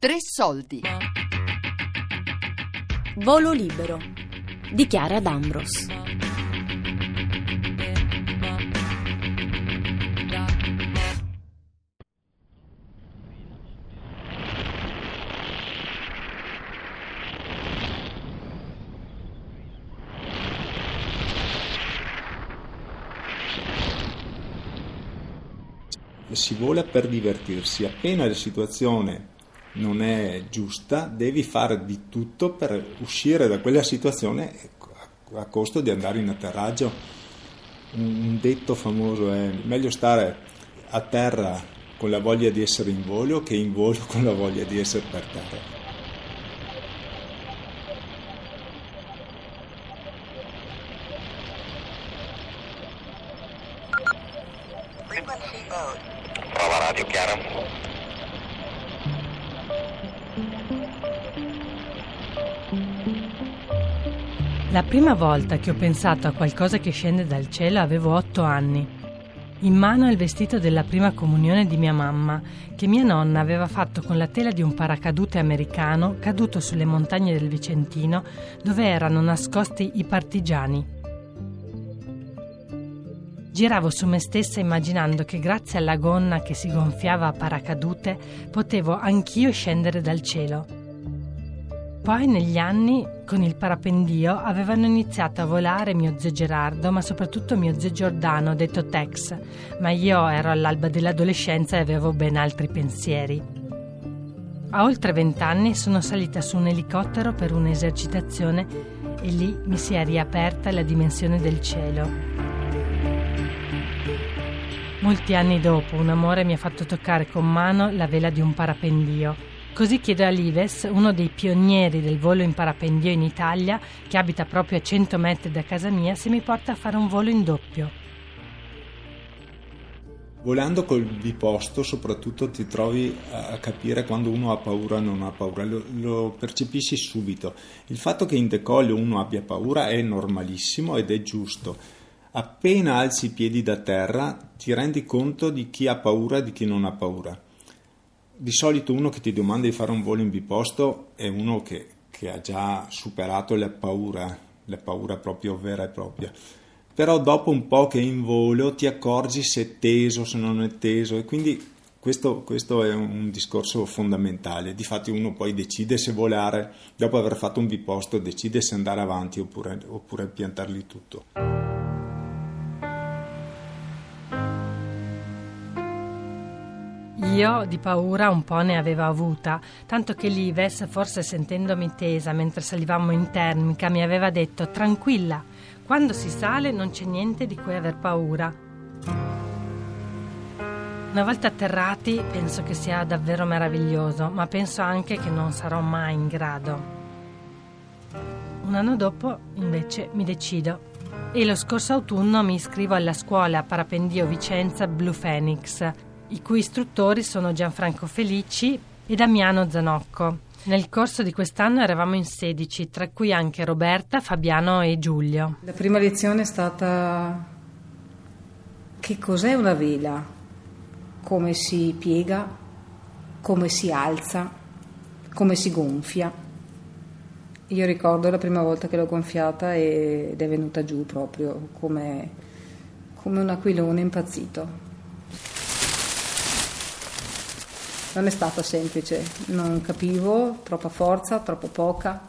Tre soldi. Volo libero di Chiara D'Ambros. Si vola per divertirsi. Appena la situazione non è giusta, devi fare di tutto per uscire da quella situazione a costo di andare in atterraggio. Un detto famoso è: meglio stare a terra con la voglia di essere in volo che in volo con la voglia di essere per terra. Prova radio, Chiara. La prima volta che ho pensato a qualcosa che scende dal cielo avevo 8 anni. In mano il vestito della prima comunione di mia mamma, che mia nonna aveva fatto con la tela di un paracadute americano caduto sulle montagne del Vicentino, dove erano nascosti i partigiani. Giravo su me stessa immaginando che grazie alla gonna che si gonfiava a paracadute potevo anch'io scendere dal cielo. Poi negli anni, con il parapendio, avevano iniziato a volare mio zio Gerardo, ma soprattutto mio zio Giordano, detto Tex, ma io ero all'alba dell'adolescenza e avevo ben altri pensieri. A oltre 20 anni sono salita su un elicottero per un'esercitazione e lì mi si è riaperta la dimensione del cielo. Molti anni dopo, un amore mi ha fatto toccare con mano la vela di un parapendio. Così chiedo a Lives, uno dei pionieri del volo in parapendio in Italia, che abita proprio a 100 metri da casa mia, se mi porta a fare un volo in doppio. Volando col biposto soprattutto ti trovi a capire quando uno ha paura o non ha paura, lo percepisci subito. Il fatto che in decollo uno abbia paura è normalissimo ed è giusto. Appena alzi i piedi da terra ti rendi conto di chi ha paura e di chi non ha paura. Di solito uno che ti domanda di fare un volo in biposto è uno che ha già superato la paura proprio vera e propria. Però dopo un po' che è in volo ti accorgi se è teso, se non è teso, e quindi questo è un discorso fondamentale. Difatti uno poi decide se volare, dopo aver fatto un biposto decide se andare avanti oppure piantarli tutto. Io di paura un po' ne avevo avuta, tanto che Lives, forse sentendomi tesa mentre salivamo in termica, mi aveva detto: tranquilla, quando si sale non c'è niente di cui aver paura. Una volta atterrati penso che sia davvero meraviglioso, ma penso anche che non sarò mai in grado. Un anno dopo invece mi decido e lo scorso autunno mi iscrivo alla scuola Parapendio Vicenza Blue Phoenix, i cui istruttori sono Gianfranco Felici e Damiano Zanocco. Nel corso di quest'anno eravamo in 16, tra cui anche Roberta, Fabiano e Giulio. La prima lezione è stata: che cos'è una vela, come si piega, come si alza, come si gonfia. Io ricordo la prima volta che l'ho gonfiata ed è venuta giù proprio come un aquilone impazzito. Non è stato semplice, non capivo, troppa forza, troppo poca,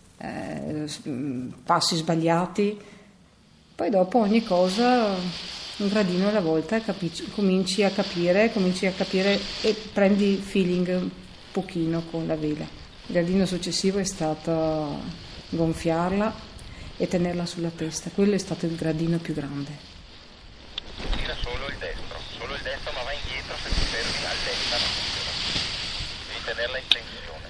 passi sbagliati. Poi dopo ogni cosa, un gradino alla volta, cominci a capire e prendi feeling un pochino con la vela. Il gradino successivo è stato gonfiarla e tenerla sulla testa. Quello è stato il gradino più grande. Gira solo il destro, ma va indietro se ti fermi al destra non funziona. Devi tenerla in tensione.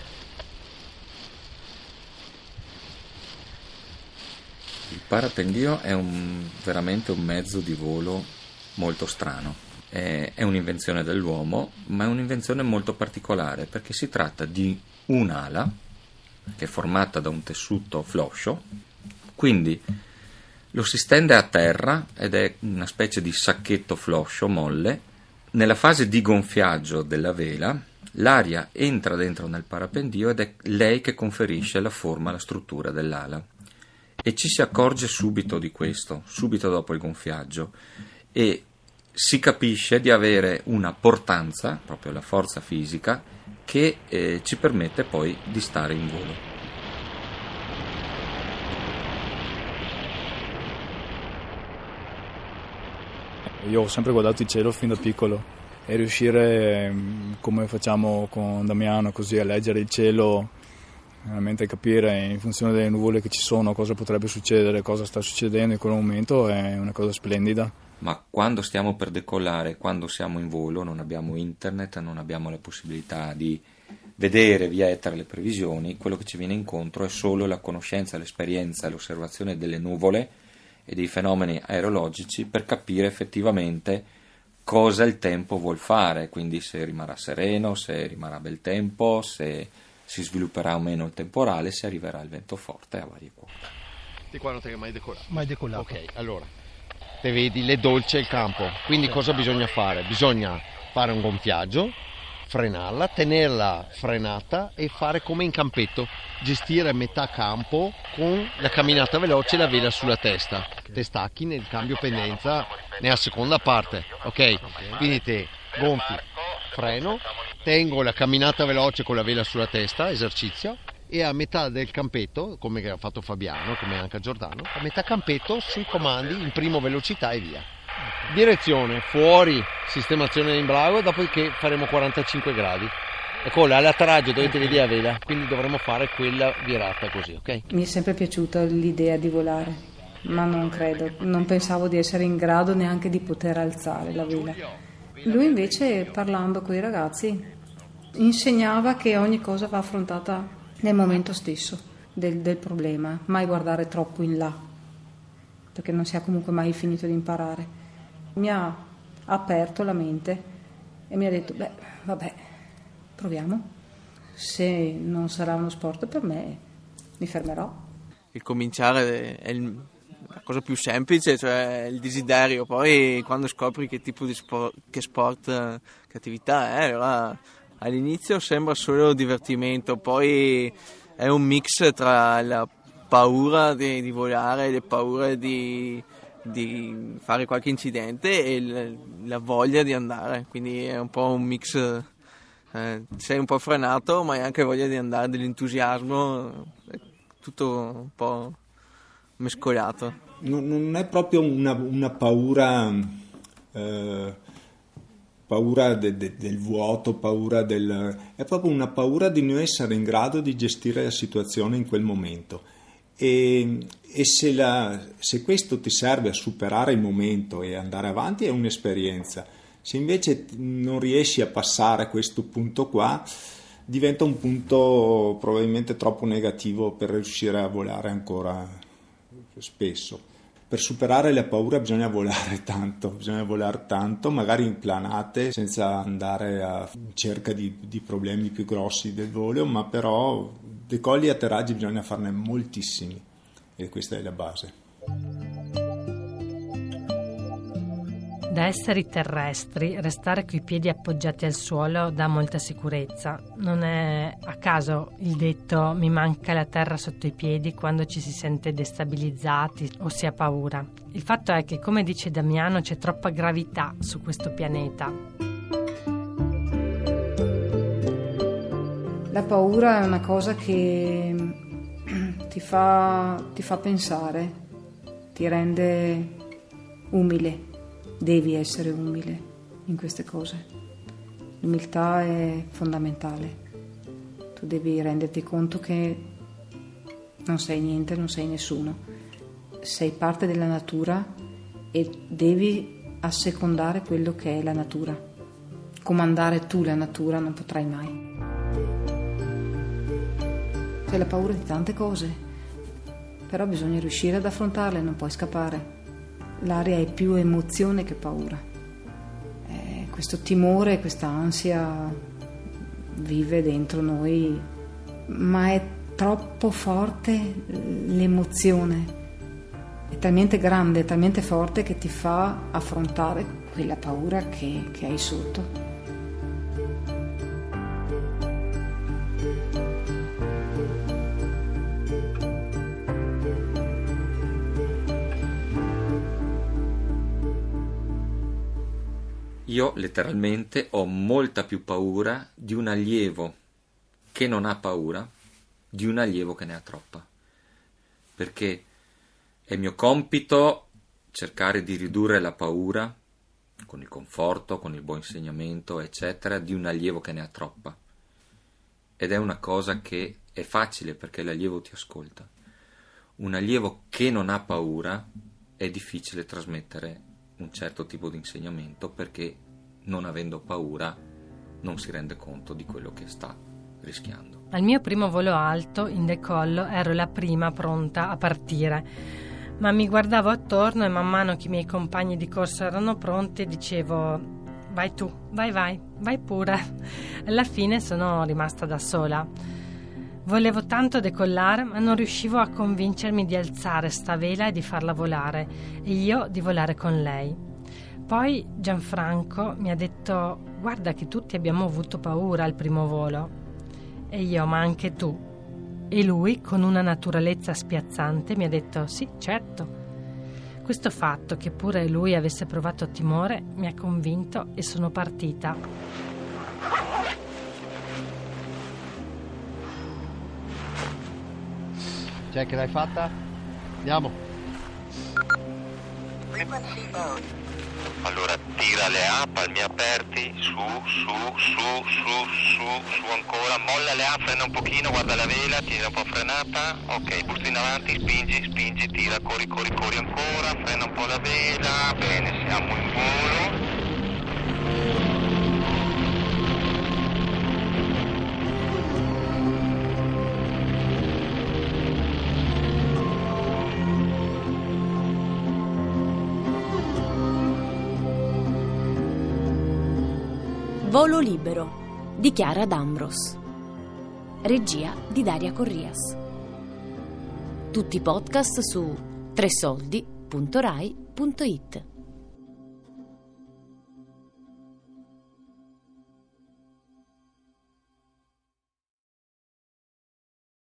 Il parapendio è veramente un mezzo di volo molto strano. È un'invenzione dell'uomo, ma è un'invenzione molto particolare perché si tratta di un'ala che è formata da un tessuto floscio, quindi lo si stende a terra ed è una specie di sacchetto floscio molle. Nella fase di gonfiaggio della vela L'aria entra dentro nel parapendio ed è lei che conferisce la forma, la struttura dell'ala. E ci si accorge subito di questo, subito dopo il gonfiaggio, e si capisce di avere una portanza, proprio la forza fisica, che ci permette poi di stare in volo. Io ho sempre guardato il cielo fin da piccolo e riuscire, come facciamo con Damiano, così a leggere il cielo, veramente capire in funzione delle nuvole che ci sono cosa potrebbe succedere, cosa sta succedendo in quel momento, è una cosa splendida. Ma quando stiamo per decollare, quando siamo in volo, non abbiamo internet, non abbiamo la possibilità di vedere via etere le previsioni, quello che ci viene incontro è solo la conoscenza, l'esperienza e l'osservazione delle nuvole e dei fenomeni aerologici per capire effettivamente cosa il tempo vuol fare, quindi se rimarrà sereno, se rimarrà bel tempo, se si svilupperà o meno il temporale, se arriverà il vento forte a varie quote. Di qua non ti hai mai decollato? Mai decollato. Ok, allora, te vedi le dolce e il campo, quindi cosa bisogna fare? Bisogna fare un gonfiaggio, frenarla, tenerla frenata e fare come in campetto, gestire metà campo con la camminata veloce e la vela sulla testa. Te stacchi nel cambio pendenza nella seconda parte, ok? Quindi te gonfi, freno, tengo la camminata veloce con la vela sulla testa, esercizio, e a metà del campetto, come ha fatto Fabiano, come anche Giordano, a metà campetto sui comandi in primo velocità e via. Direzione, fuori, sistemazione dell'imbrago, dopodiché faremo 45 gradi. Ecco, l'atterraggio dovete vedere a vela, quindi dovremo fare quella virata così, ok? Mi è sempre piaciuta l'idea di volare, ma non pensavo di essere in grado neanche di poter alzare la vela. Lui invece, parlando con i ragazzi, insegnava che ogni cosa va affrontata nel momento stesso del problema, mai guardare troppo in là, perché non si è comunque mai finito di imparare. Mi ha aperto la mente e mi ha detto, vabbè, proviamo, se non sarà uno sport per me mi fermerò. Il cominciare è la cosa più semplice, cioè il desiderio, poi quando scopri che tipo di sport, che attività è, allora all'inizio sembra solo divertimento, poi è un mix tra la paura di volare, le paure di fare qualche incidente e la voglia di andare, quindi è un po' un mix, sei un po' frenato ma hai anche voglia di andare, dell'entusiasmo, è tutto un po' mescolato. Non è proprio una paura, paura del vuoto, è proprio una paura di non essere in grado di gestire la situazione in quel momento. E se questo ti serve a superare il momento e andare avanti è un'esperienza. Se invece non riesci a passare questo punto qua, diventa un punto probabilmente troppo negativo per riuscire a volare ancora spesso. Per superare la paura bisogna volare tanto, magari in planate, senza andare in cerca di problemi più grossi del volo, ma però decolli e atterraggi bisogna farne moltissimi e questa è la base. Da esseri terrestri, restare coi piedi appoggiati al suolo dà molta sicurezza. Non è a caso il detto "mi manca la terra sotto i piedi" quando ci si sente destabilizzati o si ha paura. Il fatto è che, come dice Damiano, c'è troppa gravità su questo pianeta. La paura è una cosa che ti fa pensare, ti rende umile. Devi essere umile in queste cose. L'umiltà è fondamentale. Tu devi renderti conto che non sei niente, non sei nessuno. Sei parte della natura e devi assecondare quello che è la natura. Comandare tu la natura non potrai mai. C'è la paura di tante cose, però bisogna riuscire ad affrontarle, non puoi scappare. L'aria è più emozione che paura. Questo timore, questa ansia vive dentro noi, ma è troppo forte l'emozione. È talmente grande, è talmente forte che ti fa affrontare quella paura che hai sotto. Io letteralmente ho molta più paura di un allievo che non ha paura di un allievo che ne ha troppa, perché è mio compito cercare di ridurre la paura con il conforto, con il buon insegnamento, eccetera, di un allievo che ne ha troppa. Ed è una cosa che è facile perché l'allievo ti ascolta. Un allievo che non ha paura è difficile trasmettere un certo tipo di insegnamento, perché non avendo paura non si rende conto di quello che sta rischiando. Al mio primo volo alto in decollo ero la prima pronta a partire, ma mi guardavo attorno e man mano che i miei compagni di corsa erano pronti dicevo: vai tu, vai pure. Alla fine sono rimasta da sola. Volevo tanto decollare, ma non riuscivo a convincermi di alzare sta vela e di farla volare, e io di volare con lei. Poi Gianfranco mi ha detto: guarda che tutti abbiamo avuto paura al primo volo. E io: ma anche tu? E lui, con una naturalezza spiazzante, mi ha detto: sì, certo. Questo fatto che pure lui avesse provato timore mi ha convinto e sono partita. Jack, l'hai fatta? Andiamo. Allora tira le A, palmi aperti, su ancora, molla le A, frena un pochino, guarda la vela, tieni un po' frenata, ok, busti in avanti, spingi, tira, corri ancora, frena un po' la vela, bene, siamo in volo. Volo libero di Chiara D'Ambros. Regia di Daria Corrias. Tutti i podcast su tresoldi.rai.it.